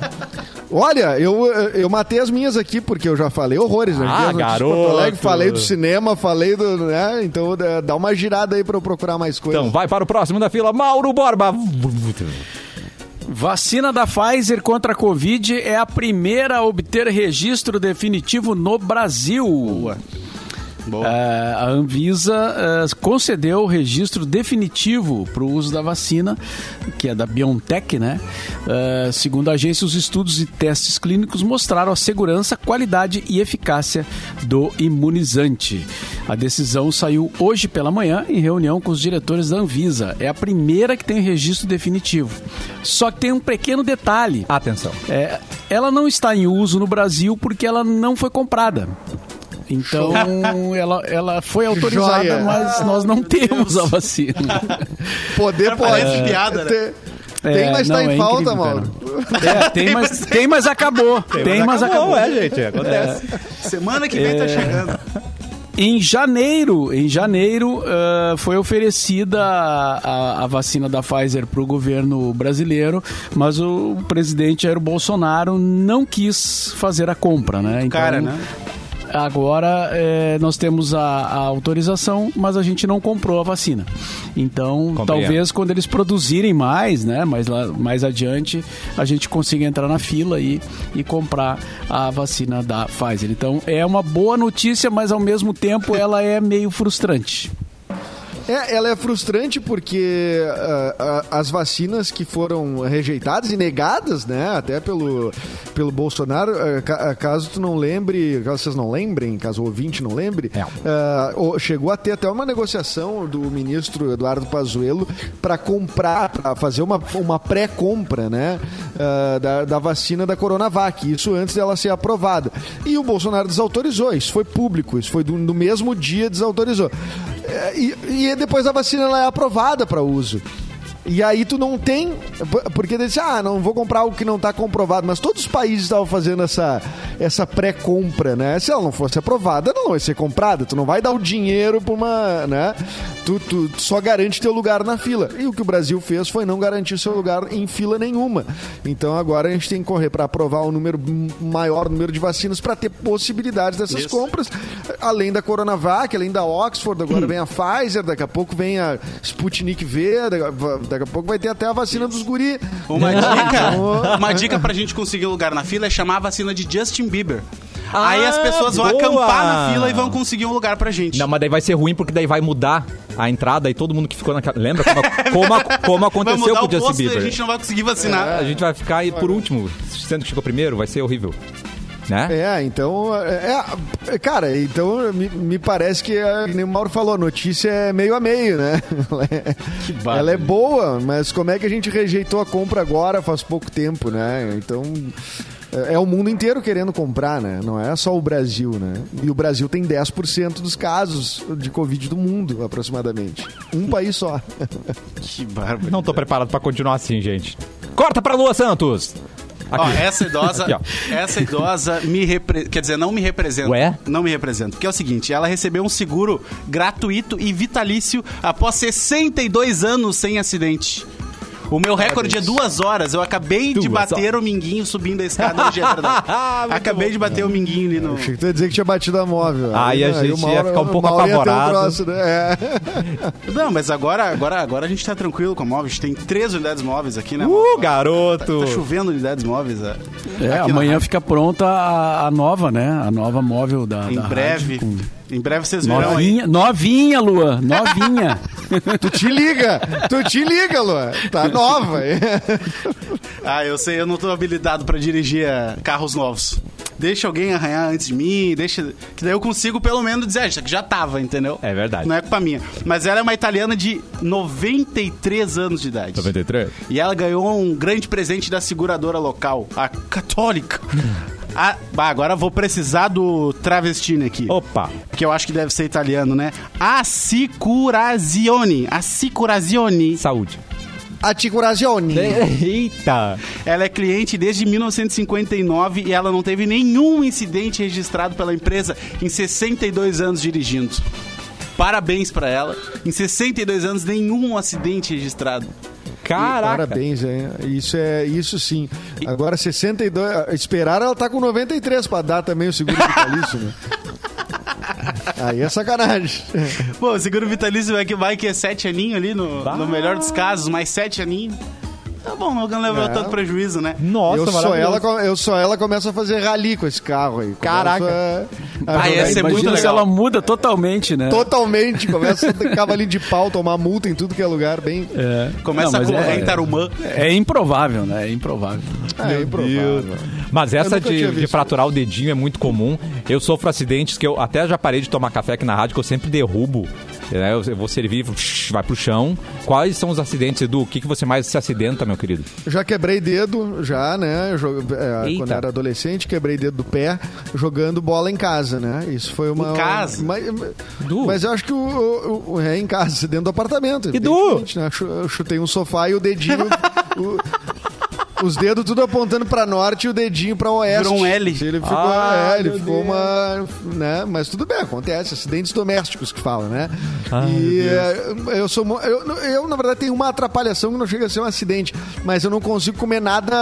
Olha, eu matei as minhas aqui, porque eu já falei horrores, né? Ah, garoto. Porto Alegre, falei do cinema, falei do... né? Então dá uma girada aí pra eu procurar mais coisas. Então, vai para o próximo da fila. Mauro Borba. Vacina da Pfizer contra a Covid é a primeira a obter registro definitivo no Brasil. Boa. A Anvisa concedeu o registro definitivo para o uso da vacina, que é da BioNTech, né? Segundo a agência, os estudos e testes clínicos mostraram a segurança, qualidade e eficácia do imunizante. A decisão saiu hoje pela manhã em reunião com os diretores da Anvisa. É a primeira que tem registro definitivo. Só que tem um pequeno detalhe. Atenção. Ela não está em uso no Brasil porque ela não foi comprada. Então, ela foi autorizada, Joia. mas nós não temos a vacina. Poder pode. Parece piada, né? Tem, mas tá em falta, incrível, Mauro. Tem, mas acabou. Tem, mas acabou. Gente, acontece. Semana que vem tá chegando. Em janeiro, foi oferecida a vacina da Pfizer para o governo brasileiro, mas o presidente Jair Bolsonaro não quis fazer a compra, né? Então, Cara, né? Agora nós temos a autorização, mas a gente não comprou a vacina. Então, talvez quando eles produzirem mais, né, mais adiante, a gente consiga entrar na fila e comprar a vacina da Pfizer. Então, é uma boa notícia, mas ao mesmo tempo ela é meio frustrante. Ela é frustrante porque as vacinas que foram rejeitadas e negadas, né, até pelo Bolsonaro, caso tu não lembre, caso vocês não lembrem, caso o ouvinte não lembre, chegou a ter até uma negociação do ministro Eduardo Pazuello para comprar, para fazer uma pré-compra, né, da vacina da Coronavac, isso antes dela ser aprovada. E o Bolsonaro desautorizou, isso foi público, isso foi no mesmo dia desautorizou. E depois a vacina ela é aprovada para uso. E aí tu não tem... Porque eles dizem, não vou comprar algo que não está comprovado. Mas todos os países estavam fazendo essa pré-compra, né? Se ela não fosse aprovada, ela não vai ser comprada. Tu não vai dar o dinheiro para uma... né? Tu só garante teu lugar na fila. E o que o Brasil fez foi não garantir seu lugar em fila nenhuma. Então agora a gente tem que correr para aprovar maior número de vacinas para ter possibilidades dessas compras. Além da Coronavac, além da Oxford, agora vem a Pfizer, daqui a pouco vem a Sputnik V, daqui a pouco vai ter até a vacina dos guri. Uma dica pra gente conseguir lugar na fila é chamar a vacina de Justin Bieber. Aí as pessoas vão acampar na fila e vão conseguir um lugar pra gente. Não, mas daí vai ser ruim porque daí vai mudar a entrada e todo mundo que ficou naquela... Lembra como aconteceu com o Justin Bieber? A gente não vai conseguir vacinar. A gente vai ficar aí por último, sendo que chegou primeiro, vai ser horrível. Né? Cara, então me parece que, como o Mauro falou, a notícia é meio a meio, né? Ela é boa, mas como é que a gente rejeitou a compra agora, faz pouco tempo, né? Então, é o mundo inteiro querendo comprar, né? Não é só o Brasil, né? E o Brasil tem 10% dos casos de Covid do mundo, aproximadamente. Um país só. Que bárbaro. Não tô preparado pra continuar assim, gente. Corta pra Lua Santos! Essa idosa quer dizer, não me representa. Ué? Não me representa. Porque é o seguinte, ela recebeu um seguro gratuito e vitalício após 62 anos sem acidente. O meu recorde é 2 horas. Eu acabei de bater o minguinho subindo a escada hoje, é verdade. Acabei de bater o minguinho ali no... Achei que tu ia dizer que tinha batido a móvel. Aí a gente ia ficar um pouco apavorado. Né? Não, mas agora a gente tá tranquilo com a móvel. A gente tem 3 unidades móveis aqui, né? Garoto! Tá chovendo unidades móveis. Amanhã fica pronta a nova, né? A nova móvel da Em breve. rádio, Em breve vocês verão aí. Novinha, Lua. Novinha. Tu te liga, Lua. Tá nova. Eu sei, eu não tô habilitado pra dirigir carros novos. Deixa alguém arranhar antes de mim, que daí eu consigo pelo menos dizer, isso aqui já tava, entendeu? É verdade. Não é culpa minha. Mas ela é uma italiana de 93 anos de idade. 93? E ela ganhou um grande presente da seguradora local, a Católica. Agora vou precisar do travestino aqui. Opa! Porque eu acho que deve ser italiano, né? Assicurazione. Saúde. Assicurazione. Eita! Ela é cliente desde 1959 e ela não teve nenhum incidente registrado pela empresa em 62 anos dirigindo. Parabéns pra ela. Em 62 anos, nenhum acidente registrado. Caraca! Parabéns, isso sim. Agora 62, esperar ela tá com 93 pra dar também o seguro vitalício, né? Aí é sacanagem. Pô, o seguro vitalício vai que é 7 aninhos ali, no melhor dos casos, mais 7 aninhos. Tá bom, não levou tanto prejuízo, né? Nossa, eu só ela começa a fazer rally com esse carro aí. Caraca. Ia ser muito Imagina se legal. ela muda totalmente, né? Totalmente, começa a ter cavalinho de pau, tomar multa em tudo que é lugar, bem... Começa a correr em Tarumã. É improvável, né? É improvável. É improvável. Mas essa nunca tinha de visto. fraturar o dedinho é muito comum. Eu sofro acidentes que eu até já parei de tomar café aqui na rádio, que eu sempre derrubo. Né? Eu vou servir, vai pro chão. Quais são os acidentes, Edu? O que você mais se acidenta, meu querido? Já quebrei dedo, né? Eita. Quando era adolescente, quebrei dedo do pé jogando bola em casa, né? Isso foi uma... Em casa? Mas eu acho que em casa, dentro do apartamento. Edu! evidentemente, né? Eu chutei um sofá e o dedinho... Os dedos tudo apontando pra norte e o dedinho pra oeste. Virou um L. Ele ficou, ele ficou uma... Né? Mas tudo bem, acontece. Acidentes domésticos que falam, né? Eu, na verdade, tenho uma atrapalhação que não chega a ser um acidente. Mas eu não consigo comer nada...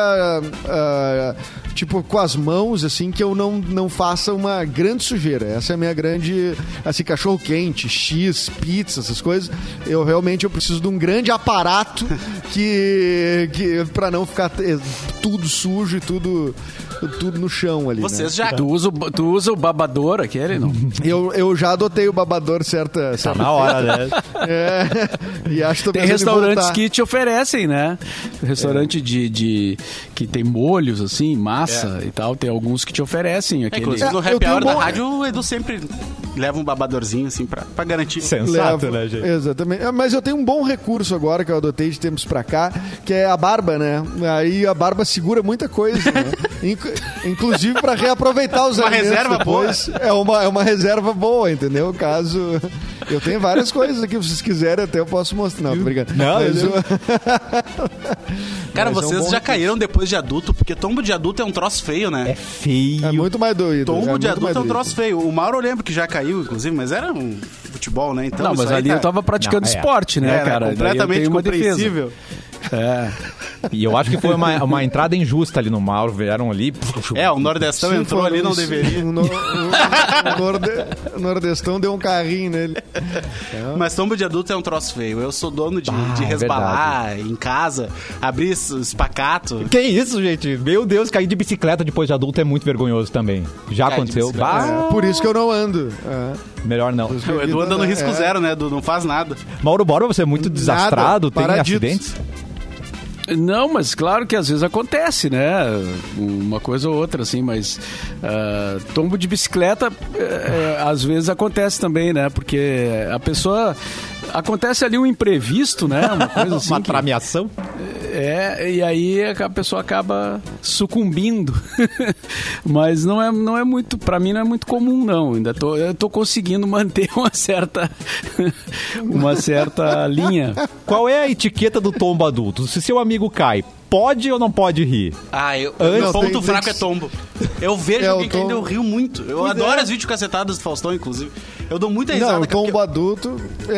tipo, com as mãos, assim, que eu não faça uma grande sujeira. Essa é a minha grande... Assim, cachorro-quente, X, pizza, essas coisas. Eu preciso de um grande aparato que pra não ficar tudo sujo e tudo no chão ali. Vocês né? já... Tu usa o babador aquele, não? Eu já adotei o babador certa Na hora, né? e acho que tô Tem pensando em restaurantes voltar. que te oferecem, né? Restaurante que tem molhos, assim, massa e tal. Tem alguns que te oferecem aquele... Inclusive, no eu happy tenho hour um da bom- rádio, o Edu sempre leva um babadorzinho, assim, pra garantir. Sensato, Levo. né, gente? Exatamente. Mas eu tenho um bom recurso agora que eu adotei de tempos pra cá, que é a barba, né? Aí a barba segura muita coisa, né? Inclusive pra reaproveitar os Uma alimentos reserva depois. É uma reserva boa, entendeu? Caso... Eu tenho várias coisas aqui, se vocês quiserem até eu posso mostrar. Não, tô brincando. Não, Mas Cara, Mas é um vocês bom já recurso. caíram depois de adulto, porque tombo de adulto é um troço feio, né? É feio. é muito mais doido. Tombo de muito adulto mais é um doido. troço feio. O Mauro eu lembro que já caiu, inclusive, mas era um futebol, né? Então, Não, isso mas aí ali tá... eu tava praticando Não, esporte, né, Era cara? Daí eu completamente tenho uma defesa. compreensível. E eu acho que foi uma entrada injusta ali no Mauro. Vieram ali... O Nordestão Sim, entrou foram ali, não isso. deveria. O Nordestão deu um carrinho nele. Mas tombo de adulto é um troço feio. Eu sou dono de é resbalar em casa, abrir espacato. Que isso, gente? Meu Deus, cair de bicicleta depois de adulto é muito vergonhoso também. Já Cair de aconteceu. bicicleta. Por isso que eu não ando. Melhor não. O Edu anda no risco zero, né, Edu? Não faz nada. Mauro Borba, você é muito desastrado, tem paradito. acidentes? Não, mas claro que às vezes acontece, né? Uma coisa ou outra, assim, mas tombo de bicicleta às vezes acontece também, né? Porque a pessoa... Acontece ali um imprevisto, né? Uma coisa assim. Uma trameação? E aí a pessoa acaba sucumbindo. Mas não é muito, pra mim não é muito comum, não. Eu tô conseguindo manter uma certa linha. Qual é a etiqueta do tombo adulto? Se seu amigo cai, pode ou não pode rir? Meu ponto tem- fraco tem- é tombo. Eu vejo É, alguém o caindo, tombo. eu rio muito. Eu Pois adoro é. as videocacetadas do Faustão, inclusive. Eu dou muita risada. Não, o cara, porque tombo adulto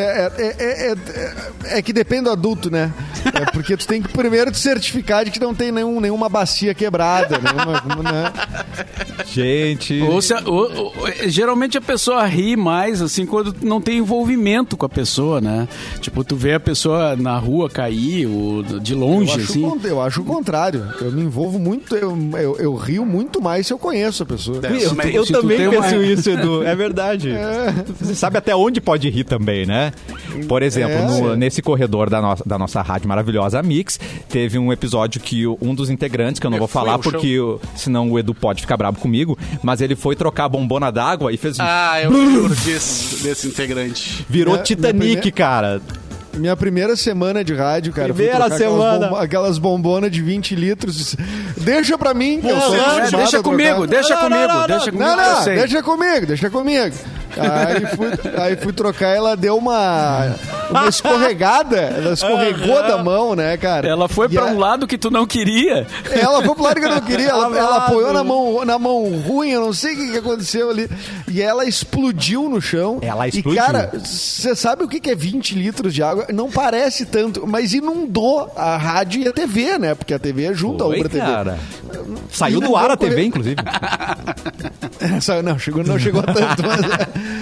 é que depende do adulto, né? É porque tu tem que primeiro te certificar de que não tem nenhuma bacia quebrada, né? Gente... Geralmente a pessoa ri mais, assim, quando não tem envolvimento com a pessoa, né? Tipo, tu vê a pessoa na rua cair, ou de longe, assim. Eu acho o contrário. Eu me envolvo muito, eu rio muito mais se eu conheço a pessoa. Eu se tu também tem penso uma- isso, Edu. É verdade. Você sabe até onde pode rir também, né? Por exemplo, nesse corredor da nossa rádio maravilhosa, a Mix, teve um episódio que um dos integrantes, que eu não vou fui falar ao porque senão o Edu pode ficar bravo comigo, mas ele foi trocar a bombona d'água e fez... eu lembro desse integrante. Virou Minha Titanic, primeira- cara. Minha primeira semana de rádio, cara, fui Primeira trocar semana. aquelas bombonas de 20 litros. Deixa pra mim, que eu sou acostumado Deixa a trocar. comigo, deixa comigo. Não, eu sei. deixa comigo. Aí fui trocar, ela deu uma escorregada, ela escorregou da mão, né, cara? Ela foi pra um lado que tu não queria. Ela foi pro lado que eu não queria, ela apoiou na mão ruim, eu não sei o que aconteceu ali. E ela explodiu no chão. Ela E, explodiu. cara, você sabe o que é 20 litros de água? Não parece tanto, mas inundou a rádio e a TV, né? Porque a TV é junto à Foi, Ubra TV. cara. Saiu do ar a TV, inclusive. Não chegou a tanto,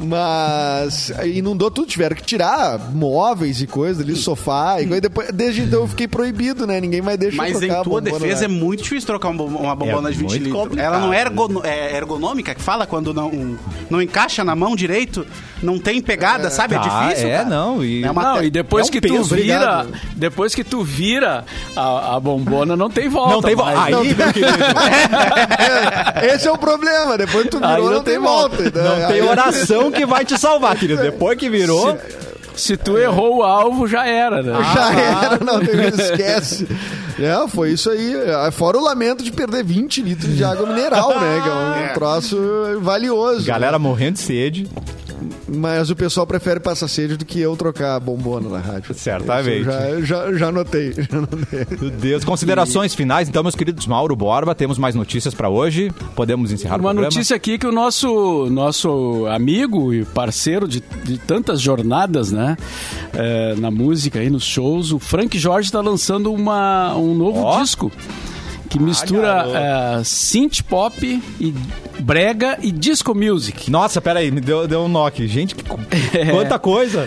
Mas inundou tudo, tiveram que tirar móveis e coisas ali, sofá. E depois, desde então eu fiquei proibido, né? Ninguém mais deixa Mas trocar em tua a bombona, defesa né? é muito difícil trocar uma bombona de 20 muito litros. complicado. Ela não é ergonômica, que fala quando não encaixa na mão direito, não tem pegada, sabe? É difícil, cara. Não. E, É E depois é um que peso, tu vira, obrigado. depois que tu vira a bombona, não tem volta. não tem volta. mais. Aí, meu querido, Esse é o problema. Depois que tu Aí virou, não tem volta. não tem oração que vai te salvar, querido. Depois que virou... Se tu errou o alvo, já era, né? Já era, não, esquece. Foi isso aí. Fora o lamento de perder 20 litros de água mineral, né? Que é um troço valioso. Galera morrendo de sede. Mas o pessoal prefere passar sede do que eu trocar a bombona na rádio. Certamente. Isso eu já notei. Meu Deus. Considerações finais, então, meus queridos Mauro Borba. Temos mais notícias pra hoje. Podemos encerrar o Uma programa? notícia aqui que o nosso amigo e parceiro de tantas jornadas, né, na música e nos shows, o Frank Jorge está lançando um novo disco que mistura synth pop e brega e disco music. Nossa, peraí, me deu um knock. Gente, quanta coisa.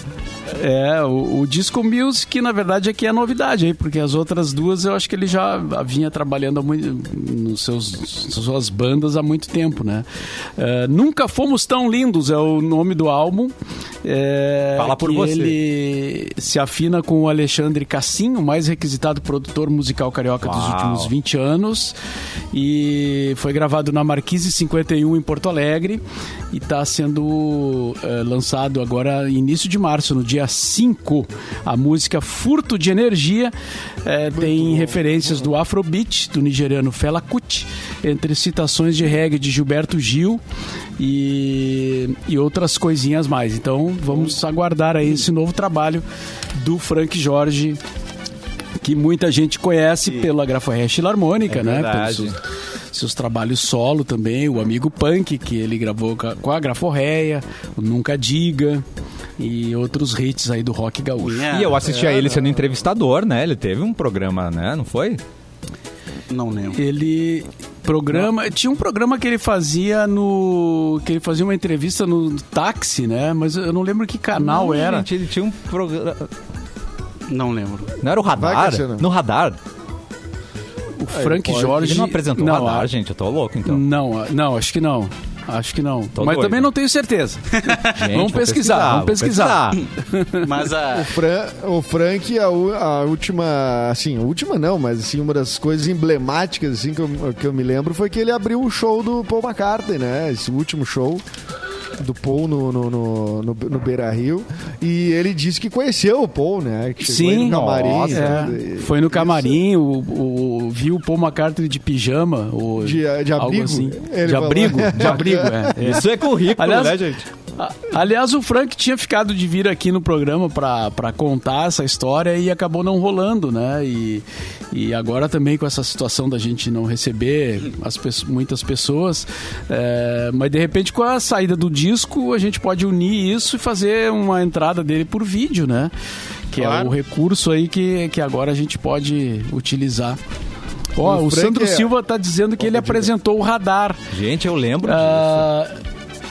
O disco music, na verdade, aqui é novidade aí, porque as outras duas eu acho que ele já vinha trabalhando nas suas bandas há muito tempo, né? Nunca Fomos Tão Lindos é o nome do álbum. Fala por você. Ele se afina com o Alexandre Cassim, o mais requisitado produtor musical carioca dos últimos 20 anos. E foi gravado na Marquise 51 em Porto Alegre e está sendo lançado agora início de março, no dia 5. A música Furto de Energia tem referências do Afrobeat, do nigeriano Fela Kuti, entre citações de reggae de Gilberto Gil e outras coisinhas mais. Então vamos aguardar aí esse novo trabalho do Frank Jorge, que muita gente conhece pela Graforré Filarmônica, né? Pelos seus trabalhos solo também, o Amigo Punk, que ele gravou com a Graforréia, o Nunca Diga e outros hits aí do rock gaúcho. E eu assisti a ele sendo entrevistador, né? Ele teve um programa, né? Não foi? Não lembro. Tinha um programa que ele fazia que ele fazia uma entrevista no táxi, né? Mas eu não lembro que canal era. Gente, ele tinha um programa... Não lembro. Não era o Radar? No Radar. O Frank Jorge... Ele não apresentou o Radar, gente. Eu tô louco, então. Não, acho que não. Mas doido. também não tenho certeza. Gente, vamos pesquisar. Mas O Frank, a última, assim, mas assim, uma das coisas emblemáticas assim, que eu me lembro foi que ele abriu o show do Paul McCartney, né? Esse último show do Paul no Beira-Rio, e ele disse que conheceu o Paul, né? Que sim, no camarim, foi no camarim, viu o Paul McCartney de pijama, de abrigo, assim. De abrigo, Isso é currículo, né, gente? Aliás, o Frank tinha ficado de vir aqui no programa para contar essa história e acabou não rolando, né? E agora também com essa situação da gente não receber muitas pessoas, mas de repente com a saída do disco a gente pode unir isso e fazer uma entrada dele por vídeo, né? Que é o recurso aí que agora a gente pode utilizar. O Sandro Silva tá dizendo que ele apresentou o Radar. Gente, eu lembro disso.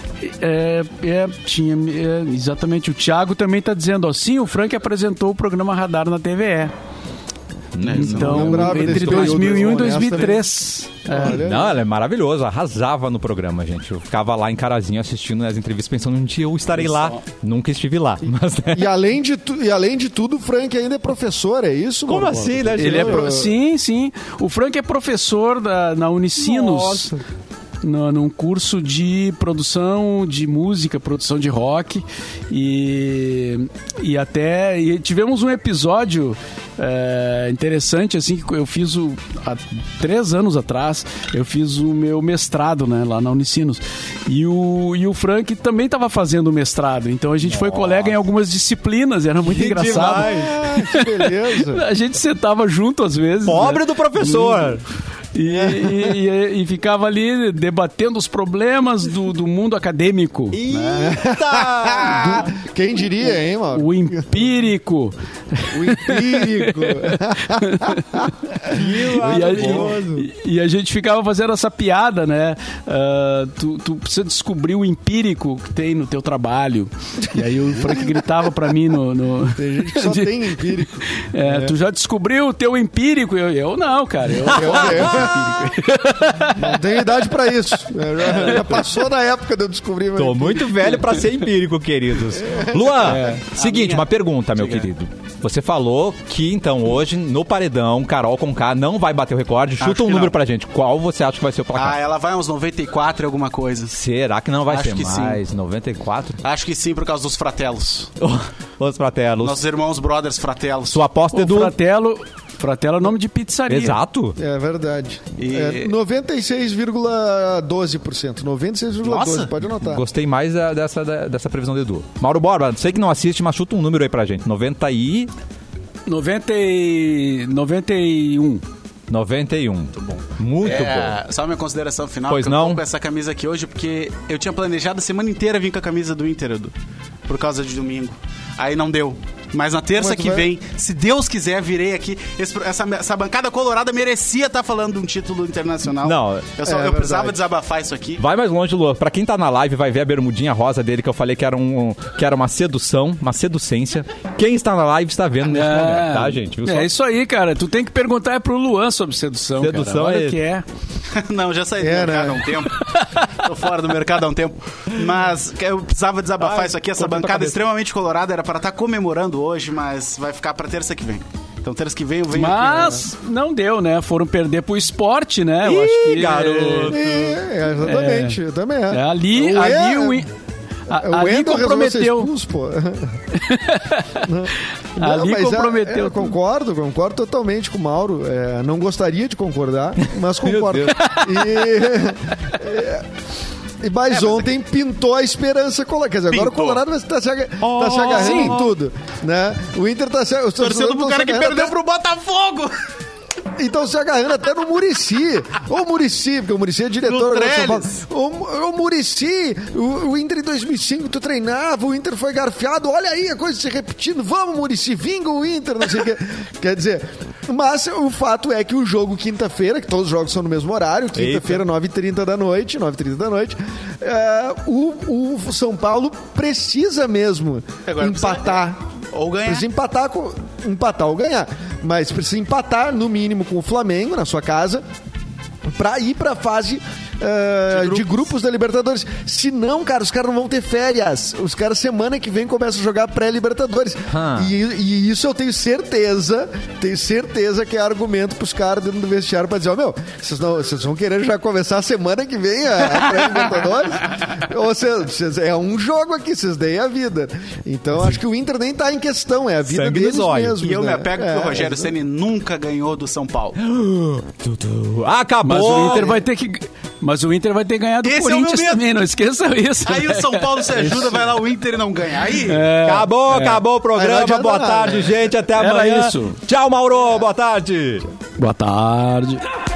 Exatamente. O Thiago também está dizendo sim, o Frank apresentou o programa Radar na TVE. Então, entre 2001 e 2003. Não, ela é maravilhosa, arrasava no programa, gente. Eu ficava lá em Carazinho assistindo as entrevistas, pensando um dia eu estarei lá. Nunca estive lá. Mas, né? E além de tudo, o Frank ainda é professor, é isso? Como assim, né? Ele sim. O Frank é professor na Unicinos. Nossa. Num curso de produção de música, produção de rock e tivemos um episódio interessante, assim, que eu fiz há 3 anos atrás, eu fiz o meu mestrado, né, lá na Unicinos, e o Frank também estava fazendo o mestrado, então a gente foi colega em algumas disciplinas, era muito engraçado. Que beleza. A gente sentava junto às vezes. Pobre do professor! E ficava ali debatendo os problemas do mundo acadêmico. Eita! Quem diria, hein, mano? O empírico. O empírico. E a gente ficava fazendo essa piada, né? Tu precisa descobrir o empírico que tem no teu trabalho. E aí o Frank gritava pra mim no... Tem gente que só tem empírico. Tu já descobriu o teu empírico? Eu não, cara. Eu não tenho idade pra isso. Já passou da época de eu descobrir. Tô muito velho pra ser empírico, queridos. Luan, seguinte, uma pergunta, meu querido. Você falou que, então, hoje, no Paredão, Carol Conká não vai bater o recorde. Chuta um número pra gente. Qual você acha que vai ser o placar? Ela vai uns 94 e alguma coisa. Será que não vai ser mais? Sim. 94? Acho que sim, por causa dos fratellos. Os fratellos. Nossos irmãos brothers fratellos. Sua aposta, Edu? Fratelo é nome de pizzaria. Exato. É verdade. 96,12%. 96,12%. Pode anotar. Gostei mais dessa previsão do Edu. Mauro Borba, sei que não assiste, mas chuta um número aí pra gente. 91. 91. Muito bom. Muito bom. Só minha consideração final. Pois que não? Eu tô com essa camisa aqui hoje porque eu tinha planejado a semana inteira vir com a camisa do Inter, Edu, por causa de domingo. Aí não deu. Mas na terça que vem, se Deus quiser, virei aqui. Essa bancada colorada merecia estar falando de um título internacional. Não, eu precisava desabafar isso aqui. Vai mais longe, Lu. Pra quem tá na live, vai ver a bermudinha rosa dele, que eu falei que era uma sedução, uma seducência. Quem está na live está vendo nesse momento, tá, gente? Viu só? É isso aí, cara. Tu tem que perguntar pro Luan sobre sedução, Sedução cara. Olha que é. Não, já saí do mercado há um tempo. Tô fora do mercado há um tempo. Mas eu precisava desabafar isso aqui. Essa bancada extremamente colorada era para estar comemorando hoje, mas vai ficar pra terça que vem. Então, terça que vem eu venho Mas aqui, não deu, né? Foram perder pro esporte, né? Ih, eu acho que garoto. Exatamente. Eu também é. Ali o Wendel comprometeu. Expulso, pô. Ali comprometeu. Concordo totalmente com o Mauro. Não gostaria de concordar, mas concordo. Mas ontem pintou a esperança colorada. Quer dizer, agora o Colorado está se agarrando em tudo. Né? O Inter está se agarrando. Torcendo pro cara que perdeu pro Botafogo. Então se agarrando até no Muricy. Ô Muricy, porque o Muricy é diretor do São Paulo. Ô Muricy, o Inter em 2005 tu treinava, o Inter foi garfiado, olha aí a coisa se repetindo, vamos Muricy, vinga o Inter, não sei o que. Quer dizer, mas o fato é que o jogo quinta-feira, que todos os jogos são no mesmo horário, quinta-feira 9h30 da noite, o São Paulo precisa mesmo empatar. Ou ganhar. Precisa empatar ou ganhar. Mas precisa empatar, no mínimo, com o Flamengo, na sua casa, pra ir pra fase de grupos da Libertadores. Se não, cara, os caras não vão ter férias. Os caras, semana que vem, começam a jogar pré-Libertadores. E isso eu tenho certeza que é argumento pros caras dentro do vestiário pra dizer, vocês vão querer já começar a semana que vem a pré-Libertadores? Ou seja, é um jogo aqui, vocês deem a vida. Então, acho que o Inter nem tá em questão, é a vida Sangue deles nos mesmos. E eu me apego que o Rogério Ceni nunca ganhou do São Paulo. Acabou! Mas o Inter vai ter ganhado do Corinthians também, não esqueçam isso. Aí o São Paulo se ajuda, vai lá o Inter e não ganha. Aí Acabou o programa. Boa tarde, gente. Até amanhã. Era isso. Tchau, Mauro. Boa tarde. Boa tarde.